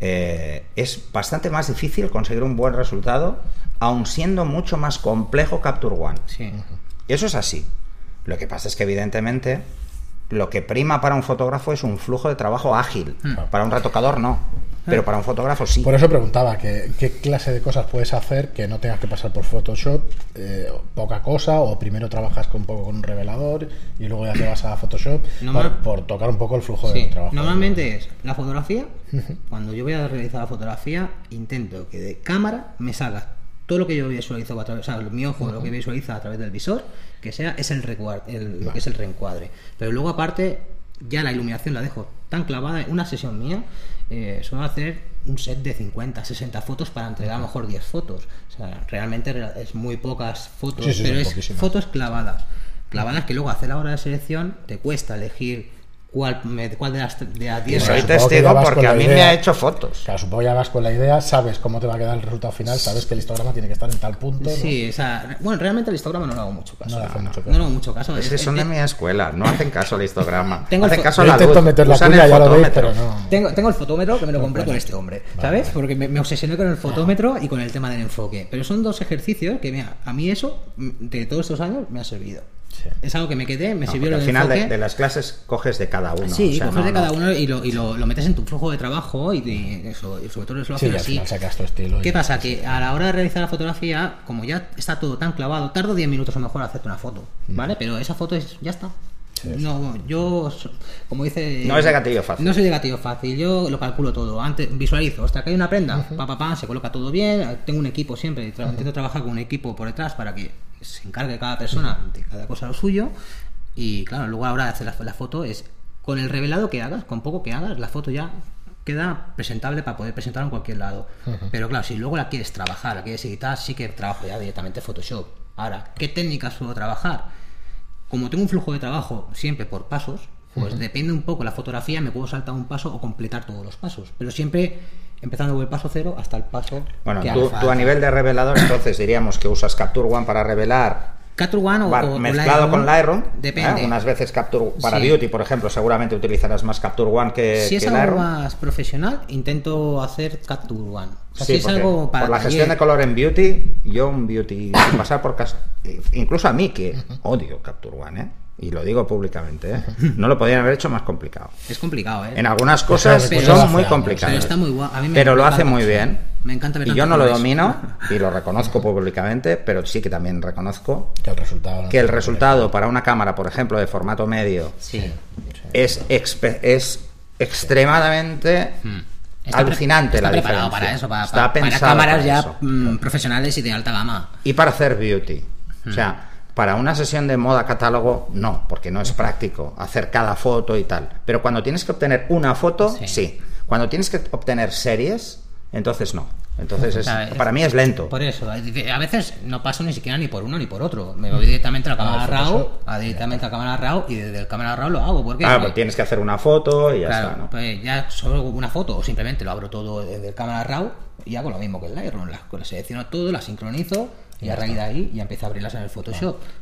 eh, es bastante más difícil conseguir un buen resultado, aun siendo mucho más complejo Capture One. Sí. Eso es así. Lo que pasa es que evidentemente lo que prima para un fotógrafo es un flujo de trabajo ágil. Hmm. Para un retocador no, pero para un fotógrafo sí. Por eso preguntaba que, qué clase de cosas puedes hacer que no tengas que pasar por Photoshop, eh, poca cosa, o primero trabajas con un poco con un revelador y luego ya te vas a Photoshop Normal... por, por tocar un poco el flujo sí. de trabajo. Normalmente es la fotografía. Cuando yo voy a realizar la fotografía, intento que de cámara me salga todo lo que yo visualizo a través, o sea, mi ojo, uh-huh. lo que visualiza a través del visor, que sea es el recuadre, el, vale. lo que es el reencuadre. Pero luego aparte ya la iluminación la dejo tan clavada. Una sesión mía eh, suelo hacer un set de cincuenta, sesenta fotos para entregar uh-huh. a lo mejor diez fotos. O sea, realmente es muy pocas fotos, sí, sí, pero es poquísimas. Fotos clavadas. Clavadas uh-huh. que luego hacer la hora de selección te cuesta elegir ¿Cuál, me, cuál de las de las diez? Soy testigo porque a mí idea, me ha hecho fotos. Claro, supongo que ya vas con la idea, sabes cómo te va a quedar el resultado final, sabes que el histograma tiene que estar en tal punto. Sí, ¿no? O sea, bueno, realmente el histograma no le hago mucho caso. No le hago mucho caso. No le hago mucho caso. Es que son de mi escuela, no hacen caso al histograma. Tengo hacen el caso a la intento luz. meter la cuña, ya lo veis, pero no. Tengo, tengo el fotómetro que me lo no, compré bueno. con este hombre, Vale, ¿sabes? vale. Porque me, me obsesioné con el fotómetro y con el tema del enfoque. Pero son dos ejercicios que, mira, a mí eso, de todos estos años, me ha servido. Sí. Es algo que me quedé, me no, sirvió al el final enfoque. de, de las clases coges de cada uno. Sí, o sea, coges no, de cada no. uno y, lo, y lo, lo metes en tu flujo de trabajo y, y eso, y sobre todo eso lo Sí, haces al así. final sacas tu estilo. ¿Qué y... pasa? Que a la hora de realizar la fotografía, como ya está todo tan clavado, tardo diez minutos a lo mejor a hacerte una foto, ¿vale? Pero esa foto es ya está. Sí, sí. No, yo, como dice... No es de gatillo fácil. No soy de gatillo fácil, yo lo calculo todo. Antes visualizo, hasta que hay una prenda, uh-huh. pa, pa, pa, se coloca todo bien. Tengo un equipo siempre, tra- uh-huh. intento trabajar con un equipo por detrás para que se encargue cada persona uh-huh. de cada cosa lo suyo. Y claro, luego a la hora de hacer la, la foto es con el revelado que hagas, con poco que hagas, la foto ya queda presentable para poder presentarla en cualquier lado. Uh-huh. Pero claro, si luego la quieres trabajar, la quieres editar, sí que trabajo ya directamente Photoshop. Ahora, ¿qué técnicas puedo trabajar? Como tengo un flujo de trabajo siempre por pasos, pues uh-huh. depende un poco la fotografía, me puedo saltar un paso o completar todos los pasos, pero siempre empezando por el paso cero hasta el paso bueno, que tú, tú a nivel de revelador, entonces diríamos que usas Capture One para revelar. Capture One o, o mezclado o con Lightroom, depende. ¿eh? Unas veces Capture para sí. Beauty, por ejemplo, seguramente utilizarás más Capture One que si es que algo Lightroom. más profesional, intento hacer Capture One. O sea, sí, si es algo para por la taller... gestión de color en Beauty, yo un Beauty sin pasar por cas... incluso a mí que odio Capture One, ¿eh? Y lo digo públicamente, ¿eh? No lo podrían haber hecho más complicado. Es complicado, ¿eh? En algunas cosas pero, son pero, muy complicadas. Pero está muy guapo. A mí me pero lo hace encanta, muy bien. Me encanta ver y yo no lo colores. domino y lo reconozco públicamente, pero sí que también reconozco que el resultado, no que el resultado para una cámara, por ejemplo, de formato medio, sí. es, expe- es extremadamente hmm. está alucinante pre- está la preparado diferencia. para eso, para, está para, pensado para cámaras para ya eso. Mm, profesionales y de alta gama. Y para hacer beauty. Hmm. O sea, para una sesión de moda catálogo, no, porque no es práctico hacer cada foto y tal. Pero cuando tienes que obtener una foto, sí. sí. Cuando tienes que obtener series, entonces no. Entonces, es, o sea, es, para mí es lento. Por eso, a veces no paso ni siquiera ni por uno ni por otro. Me voy directamente a la cámara ah, RAW, a directamente a la cámara RAW y desde el cámara RAW lo hago. ¿Por qué? Ah, pues tienes que hacer una foto y ya claro, está, ¿no? Pues ya solo una foto o simplemente lo abro todo desde el cámara RAW y hago lo mismo que el Lightroom. La, la selecciono todo, la sincronizo y a raíz de ahí ya empiezo a abrirlas en el Photoshop. Ah.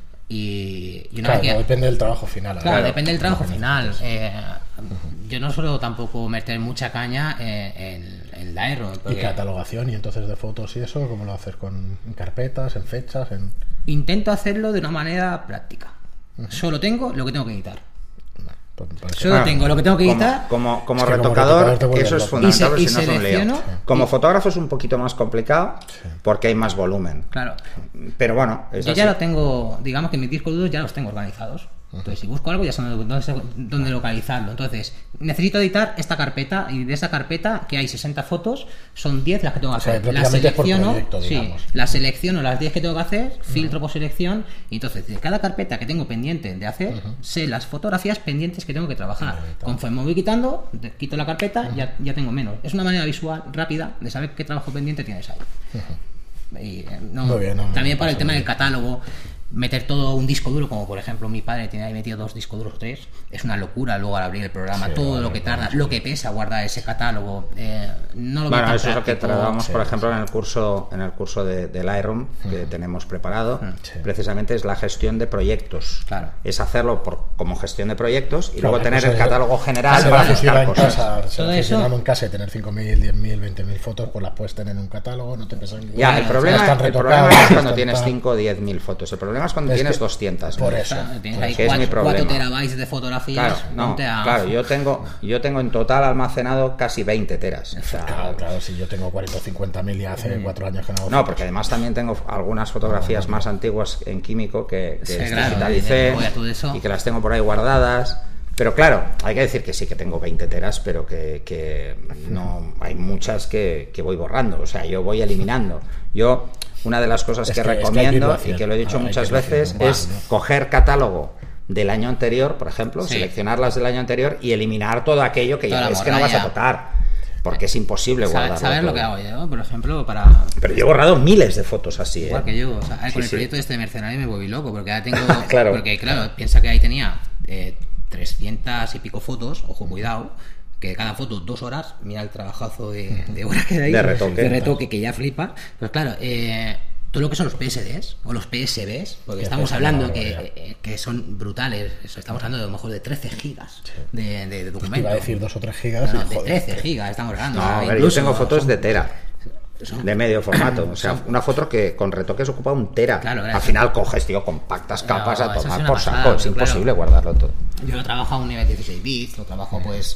Y, y una claro, vez que, depende del trabajo final. Claro, claro depende del trabajo final. Eh, uh-huh. Yo no suelo tampoco meter mucha caña en, en Lightroom. Porque... ¿Y catalogación y entonces de fotos y eso? ¿Cómo lo haces? ¿Con carpetas, en fechas? En... Intento hacerlo de una manera práctica. Uh-huh. Solo tengo lo que tengo que editar. Solo ah, tengo lo que tengo que editar. Como, como, como es retocador, como retocador eso es fundamental, y si no es un lío. Como y... fotógrafo es un poquito más complicado sí. porque hay más volumen. Claro. Pero bueno, es yo así. ya lo tengo, digamos que mis discos duros ya los tengo organizados. Entonces, si busco algo, ya sé dónde, dónde localizarlo. Entonces, necesito editar esta carpeta y de esa carpeta, que hay sesenta fotos, son diez las que tengo que hacer. O sea, las selecciono, proyecto, sí, las selecciono las diez que tengo que hacer, filtro uh-huh. por selección, y entonces de cada carpeta que tengo pendiente de hacer, uh-huh. sé las fotografías pendientes que tengo que trabajar. Uh-huh. Conforme me voy quitando, quito la carpeta, uh-huh. ya, ya tengo menos. Es una manera visual, rápida, de saber qué trabajo pendiente tienes ahí. Uh-huh. Y, no, bien, no, también no para el tema bien. del catálogo. meter todo un disco duro, como por ejemplo mi padre tiene ahí metido dos discos duros o tres, es una locura luego al abrir el programa, sí, todo vale, lo que tarda, vale, lo que pesa guardar ese catálogo, eh, no lo bueno, eso es lo que tratamos, sí, por ejemplo, sí, en el curso en el curso de, del Lightroom que mm. tenemos preparado, sí, precisamente es la gestión de proyectos, claro, es hacerlo por, como gestión de proyectos y claro, luego tener el catálogo general para buscar cosas. Casa, todo eso en casa y tener cinco mil, diez mil, veinte mil fotos, pues las puedes tener en un catálogo, no te pesan. Ya, el problema, el problema es cuando tienes cinco o diez mil fotos, el problema es cuando es tienes que, doscientas. Por eso. Tienes ahí cuatro, es mi problema. cuatro terabytes de fotografías. Claro, no, a... claro yo, tengo, yo tengo en total almacenado casi veinte teras. O sea, claro, claro, si yo tengo cuarenta o cincuenta mil y hace mm. cuatro años que no hago. No, porque además también tengo algunas fotografías no, no, no. más antiguas en químico que, que sí, claro, digitalicé y que las tengo por ahí guardadas. Pero claro, hay que decir que sí que tengo veinte teras, pero que, que no hay muchas que, que voy borrando. O sea, yo voy eliminando. Yo, una de las cosas es que, que recomiendo es que y que lo he dicho ah, muchas veces es ¿no? coger catálogo del año anterior, por ejemplo, sí. seleccionar las del año anterior y eliminar todo aquello que ya ves que no vas a tocar. Porque es imposible guardarlo. ¿Sabes lo que hago yo? Por ejemplo, para... Pero yo he borrado miles de fotos así, Igual ¿eh? que yo. O sea, con sí, el proyecto sí. este de Mercenario me volví loco, porque ahora tengo... claro. Porque, claro, piensa que ahí tenía... Eh, trescientas y pico fotos, ojo, cuidado, que cada foto dos horas, mira el trabajazo de, de horas que hay, de retoque, de retoque que ya flipa, pero claro, eh, todo lo que son los P S Ds o los P S Bs, porque estamos hablando que, eh, que son brutales, eso, estamos hablando de a lo mejor de trece gigas de, de, de documento. Iba a decir dos o tres gigas. No, no, de trece gigas estamos hablando. No, a ver, yo tengo fotos de tera. De medio formato, o sea, una foto que con retoques ocupa un tera. Claro, claro. Al final coges, tío, compactas capas no, a tomar por pasada, saco. Es imposible claro. guardarlo todo. Yo lo trabajo a un nivel dieciséis bits, lo trabajo pues.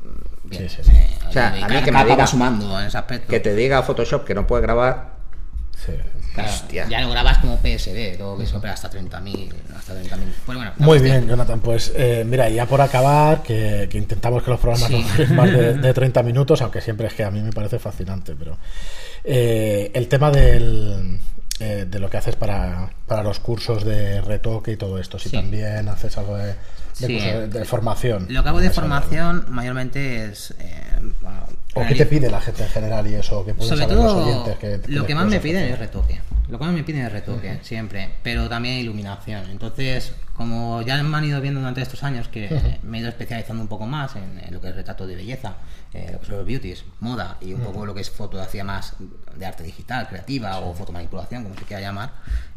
Bien, sí, sí, sí. Eh, o sea, a mí que me diga sumando en ese aspecto. Que te diga Photoshop que no puede grabar. Sí. Claro, hostia. Ya lo grabas como P S D, todo eso, pero hasta treinta mil. Hasta treinta mil. Pues bueno, muy bien, bien, Jonathan. Pues eh, mira, ya por acabar, que, que intentamos que los programas sí. no duren más de, de treinta minutos, aunque siempre es que a mí me parece fascinante, pero eh, el tema del, eh, de lo que haces para, para los cursos de retoque y todo esto, si sí. también haces algo de, de, sí. cursos de, de formación. Lo que hago de formación algo. mayormente es... Eh, bueno, ¿O qué te pide la gente en general y eso? Que sobre todo, los oyentes, que, que lo que más me piden es retoque. Lo que más me piden es retoque, uh-huh. siempre. Pero también iluminación. Entonces, como ya me han ido viendo durante estos años que uh-huh. me he ido especializando un poco más en, en lo que es retrato de belleza, eh, lo que son los beauties, moda y un uh-huh. poco lo que es fotografía más de arte digital, creativa sí. o fotomanipulación, como se quiera llamar.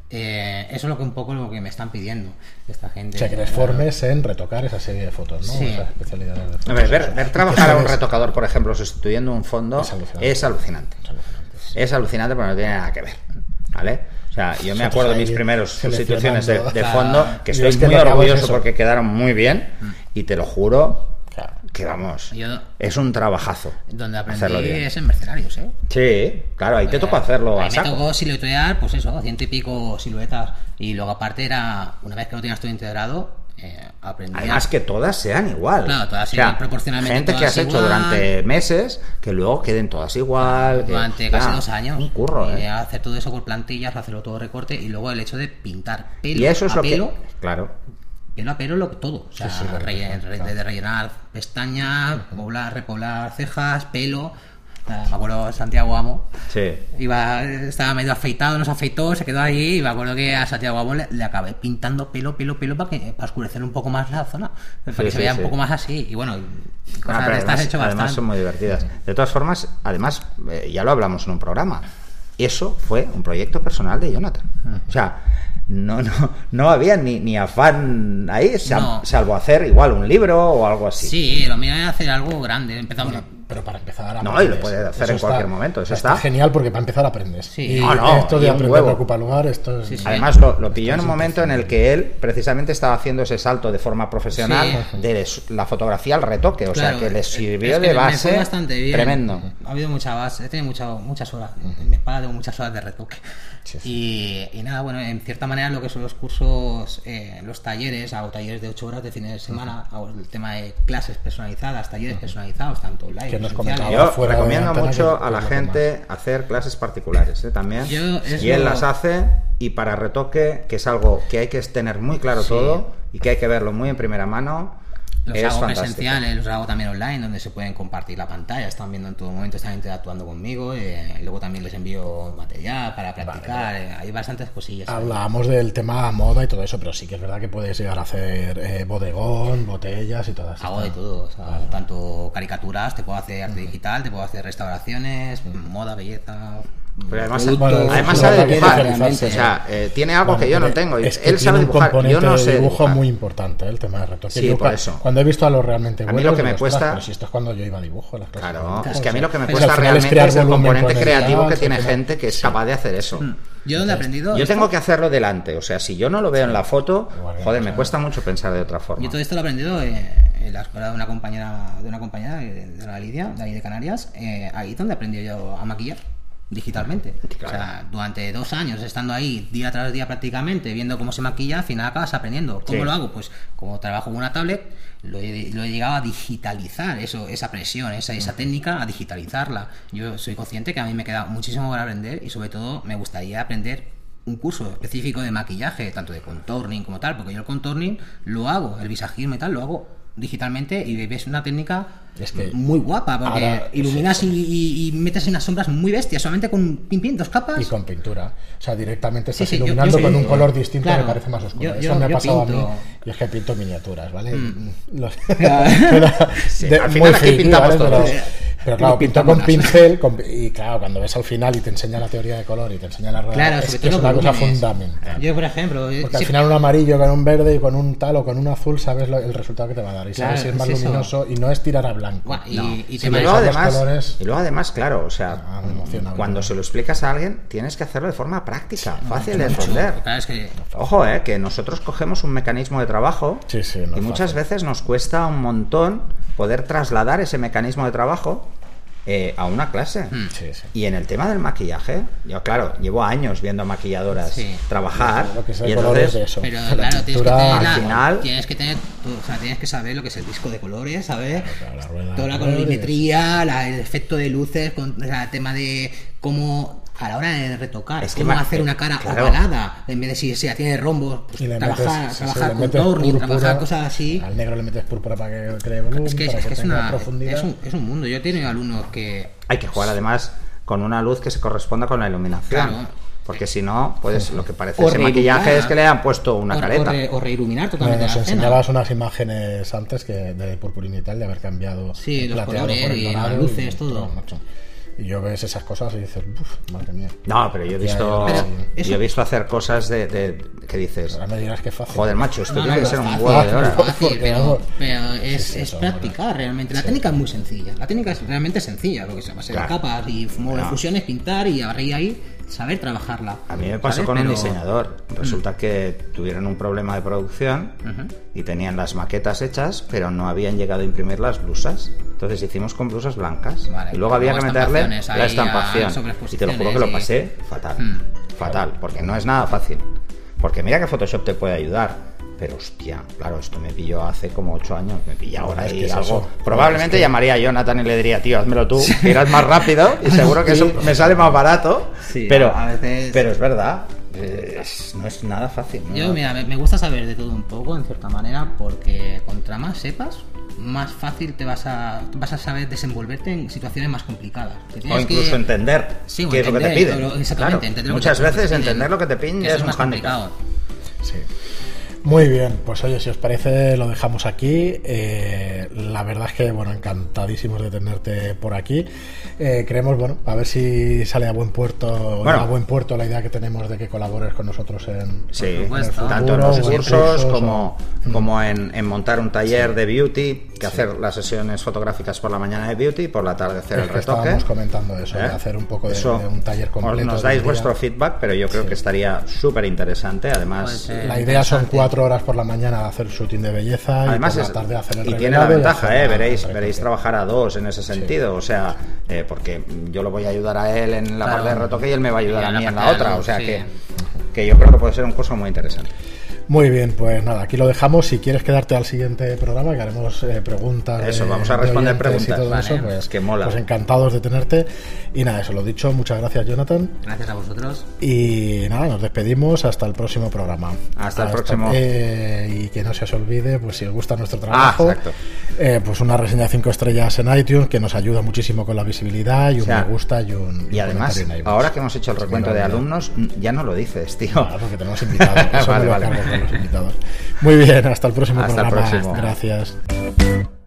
Eh, eso es lo que un poco lo que me están pidiendo esta gente. O sea, que les formes en retocar esa serie de fotos, ¿no? Sí. Esas especialidades de fotos. A ver, ver, ver trabajar a un retocador, por ejemplo, sustituyendo un fondo es alucinante. Es alucinante, es alucinante, sí. es alucinante porque no tiene nada que ver, ¿vale? O sea, yo me acuerdo de mis primeros sustituciones de, de fondo, que estoy muy orgulloso porque quedaron muy bien y te lo juro que vamos, yo, es un trabajazo. Donde aprendí es en Mercenarios, ¿eh? Sí, claro, ahí te tocó hacerlo. Ahí a saco. Me tocó siluetear, pues eso, ciento y pico siluetas. Y luego aparte era, una vez que lo tenías todo integrado, eh, aprendí. Además que todas sean igual. Claro, todas o sea, igual, proporcionalmente. Gente todas que has igual. hecho durante meses, que luego queden todas igual. Durante que, casi ya, dos años. Un curro, y ¿eh? hacer todo eso por plantillas, hacerlo todo recorte y luego el hecho de pintar pelo y eso es a lo pelo. Que, claro. Pelo a pelo lo, todo, o sea, sí, sí, rellenar, re, de rellenar pestañas, poblar, repoblar cejas, pelo. Uh, me acuerdo de Santiago Amo, sí. iba, estaba medio afeitado, no se afeitó, se quedó ahí y me acuerdo que a Santiago Amo le, le acabé pintando pelo, pelo, pelo para que para oscurecer un poco más la zona, para sí, que sí, se vea sí. un poco más así y bueno, cosas ah, de estas hecho bastante. Además son muy divertidas. De todas formas, además, eh, ya lo hablamos en un programa, eso fue un proyecto personal de Jonathan. Uh-huh. O sea, no, no, no había ni, ni afán ahí, sal, no. salvo hacer igual un libro o algo así. Sí, lo mío es hacer algo grande. Empezamos. Bueno, pero para empezar a no, y lo puedes hacer eso en cualquier está, momento. Eso está, está genial porque para empezar aprendes. Sí. Y no, no, esto de aprender no ocupa lugar. Esto es, sí, sí. Además, lo, lo pilló en un momento en el que él precisamente estaba haciendo ese salto de forma profesional sí. de la fotografía al retoque. O claro, sea, que le sirvió es que de base. Me bastante bien. Tremendo. Ha habido mucha base. He tenido mucha, muchas horas. En mi espalda tengo muchas horas de retoque. Sí, sí. Y, y nada, bueno, en cierta manera lo que son los cursos, eh, los talleres, hago talleres de ocho horas de fines de semana, uh-huh. hago el tema de clases personalizadas, talleres uh-huh. personalizados, tanto online. Que nos Yo recomiendo mucho a la gente hacer clases particulares, ¿eh? También. Yo, y él lo... las hace y para retoque, que es algo que hay que tener muy claro sí. todo y que hay que verlo muy en primera mano. Los es hago fantástico. presenciales, los hago también online, donde se pueden compartir la pantalla, están viendo en todo momento, están interactuando conmigo, eh, y luego también les envío material para practicar, vale. eh, hay bastantes cosillas. Hablábamos ahí. del tema moda y todo eso, pero sí que es verdad que puedes llegar a hacer eh, bodegón, botellas y todas. Hago de todo, o sea, vale. tanto caricaturas, te puedo hacer arte digital, te puedo hacer restauraciones, moda, belleza... Pero además, bueno, además sabe dibujar, o sea, eh, tiene algo bueno, que yo no tengo. Es que él sabe dibujar, yo no sé de dibujo dibujar. Muy importante, ¿eh? El tema de retoque. Sí, yo, por eso. Cuando he visto a los realmente buenos, a mí lo que me cuesta, pero si esto es cuando yo iba a dibujo, las cosas. Claro, claro, es que a mí lo que me pues cuesta realmente es, es el componente creativo que tiene final, gente que es sí. capaz de hacer eso. Yo donde he aprendido. Yo tengo que hacerlo delante, o sea, si yo no lo veo en la foto, joder, me cuesta mucho pensar de otra forma. Yo todo esto lo he aprendido eh, en la escuela de una compañera, de una compañera de la Lidia, de ahí de Canarias, eh, ahí donde aprendí yo a maquillar. Digitalmente, claro. O sea, durante dos años estando ahí día tras día prácticamente viendo cómo se maquilla, al final acabas aprendiendo. ¿Cómo sí. lo hago? Pues como trabajo con una tablet, lo he, lo he llegado a digitalizar, eso, esa presión, esa, esa técnica, a digitalizarla. Yo soy consciente que a mí me queda muchísimo por aprender y sobre todo me gustaría aprender un curso específico de maquillaje, tanto de contorning como tal, porque yo el contorning lo hago, el visajismo y tal, lo hago digitalmente y ves una técnica es que muy guapa porque ahora, iluminas sí. y, y metes unas sombras muy bestias solamente con pin, pin, dos capas y con pintura, o sea, directamente estás sí, sí, iluminando yo, yo, con yo, un color distinto claro, que parece más oscuro. Yo, eso yo, me ha pasado pinto. a mí y es que pinto miniaturas, ¿vale? Mm. Los, sí, de, al final aquí friki, pintamos ¿vale? todos. Pero, pero claro, pinto con pincel con, y claro, cuando ves al final y te enseña la teoría de color y te enseña la rueda, claro, es que es una cosa fundamental. Yo, por ejemplo, porque sí, al final un amarillo con un verde y con un tal o con un azul sabes lo, el resultado que te va a dar y claro, sabes si es más es luminoso y no es tirar a blanco. Bueno, y, no. y, y, sí, y, luego además, colores, y luego además, claro, o sea, ah, cuando se lo explicas a alguien tienes que hacerlo de forma práctica, sí, fácil no, de entender. Claro, es que... Ojo, eh, que nosotros cogemos un mecanismo de trabajo sí, sí, no y muchas fácil. veces nos cuesta un montón poder trasladar ese mecanismo de trabajo Eh, a una clase. Mm. Sí, sí. Y en el tema del maquillaje, yo claro, llevo años viendo maquilladoras sí. trabajar lo que y entonces de eso. Pero claro, tienes que tener al la, final tienes que tener, o sea, tienes que saber lo que es el disco de colores, ¿sabes? Claro, la rueda, toda la colorimetría, la, el efecto de luces, con, o sea, el tema de cómo a la hora de retocar, es que cómo hacer una cara claro. ovalada, en vez de si se tiene rombos, pues trabajar, metes, trabajar con torning, trabajar cosas así. Al negro le metes púrpura para que cree volumen, es que, para es, que que es, tenga una, profundidad. Es un, es un mundo. Yo he tenido alumnos que... Hay que jugar además con una luz que se corresponda con la iluminación. Claro. Porque si no, pues lo que parece ese maquillaje es que le han puesto una o, careta. O, re, o reiluminar totalmente. Nos la enseñabas unas imágenes antes que de purpurina y tal, de haber cambiado sí, el los colores por el y las luces, y, todo. Macho. Y yo ves esas cosas y dices, uff, madre mía. No, pero yo he visto, pero yo he visto hacer cosas de, de que dices, ahora me dirás que es fácil. Joder, macho, esto no, tiene no, que ser fácil, un huevo de hora. Fácil, pero, pero es, sí, sí, es practicar realmente. La sí. técnica es muy sencilla. La técnica es realmente sencilla, lo que se llama ser claro. capas y no. fusiones, pintar y ahí ahí saber trabajarla. A mí me pasó ¿sabes? con pero... un diseñador. Resulta mm. que tuvieron un problema de producción uh-huh. y tenían las maquetas hechas, pero no habían llegado a imprimir las blusas. Entonces hicimos con blusas blancas. Vale, y luego había que meterle la estampación. Y te lo juro que lo pasé y... fatal. Mm. Fatal, porque no es nada fácil. Porque mira que Photoshop te puede ayudar. Pero hostia, claro, esto me pilló hace como ocho años. Me pilla ahora y es algo. Eso. Probablemente es que... llamaría a Jonathan y le diría, tío, házmelo tú, que irás más rápido y seguro que sí. eso me sale más barato. Sí, pero, a veces... pero es verdad. Es, no es nada fácil, ¿no? Yo, mira, me gusta saber de todo un poco, en cierta manera, porque contra más sepas, más fácil te vas a vas a saber desenvolverte en situaciones más complicadas. O incluso que... entender sí, qué entender, es lo que te piden. Lo, exactamente. Claro. Entender Muchas lo que veces te entender lo que te piden ya es, es un handicap. Sí. Muy bien, pues oye, si os parece lo dejamos aquí. Eh, la verdad es que, bueno, encantadísimos de tenerte por aquí. Eh, creemos, bueno, a ver si sale a buen puerto, bueno, a buen puerto la idea que tenemos de que colabores con nosotros en, sí, en el futuro, tanto en los cursos como, o... como en, en montar un taller sí. de beauty, que sí. hacer las sesiones fotográficas por la mañana de beauty y por la tarde hacer es el que retoque. Estábamos comentando eso, ¿eh? de hacer un poco de, eso, de un taller completo. Nos dais vuestro feedback, pero yo creo sí. que estaría súper interesante. Además, pues, eh, la idea son cuatro horas por la mañana de hacer shooting de belleza además y por es, la tarde hacer el y tiene la ventaja, eh, veréis, la veréis trabajar a dos en ese sentido, sí. o sea, eh, porque yo lo voy a ayudar a él en la claro. parte de retoque y él me va a ayudar a mí en la otra, o sea sí. que, que yo creo que puede ser un curso muy interesante. Muy bien, pues nada, aquí lo dejamos. Si quieres quedarte al siguiente programa, que haremos eh, preguntas. Eso, de, vamos a responder preguntas. Y todo vale, eso, pues, que mola. Pues encantados de tenerte. Y nada, eso lo dicho. Muchas gracias, Jonathan. Gracias a vosotros. Y nada, nos despedimos hasta el próximo programa. Hasta, hasta el próximo. Eh, y que no se os olvide, pues si os gusta nuestro trabajo, ah, exacto. Eh, pues una reseña de cinco estrellas en iTunes, que nos ayuda muchísimo con la visibilidad, y un o sea, me gusta y un y, y además, en ahora que hemos hecho el recuento de alumnos, ya no lo dices, tío. Claro, porque tenemos invitados. Eso vale, me lo vale. con los invitados. Muy bien, hasta el próximo hasta programa. El próximo. Gracias.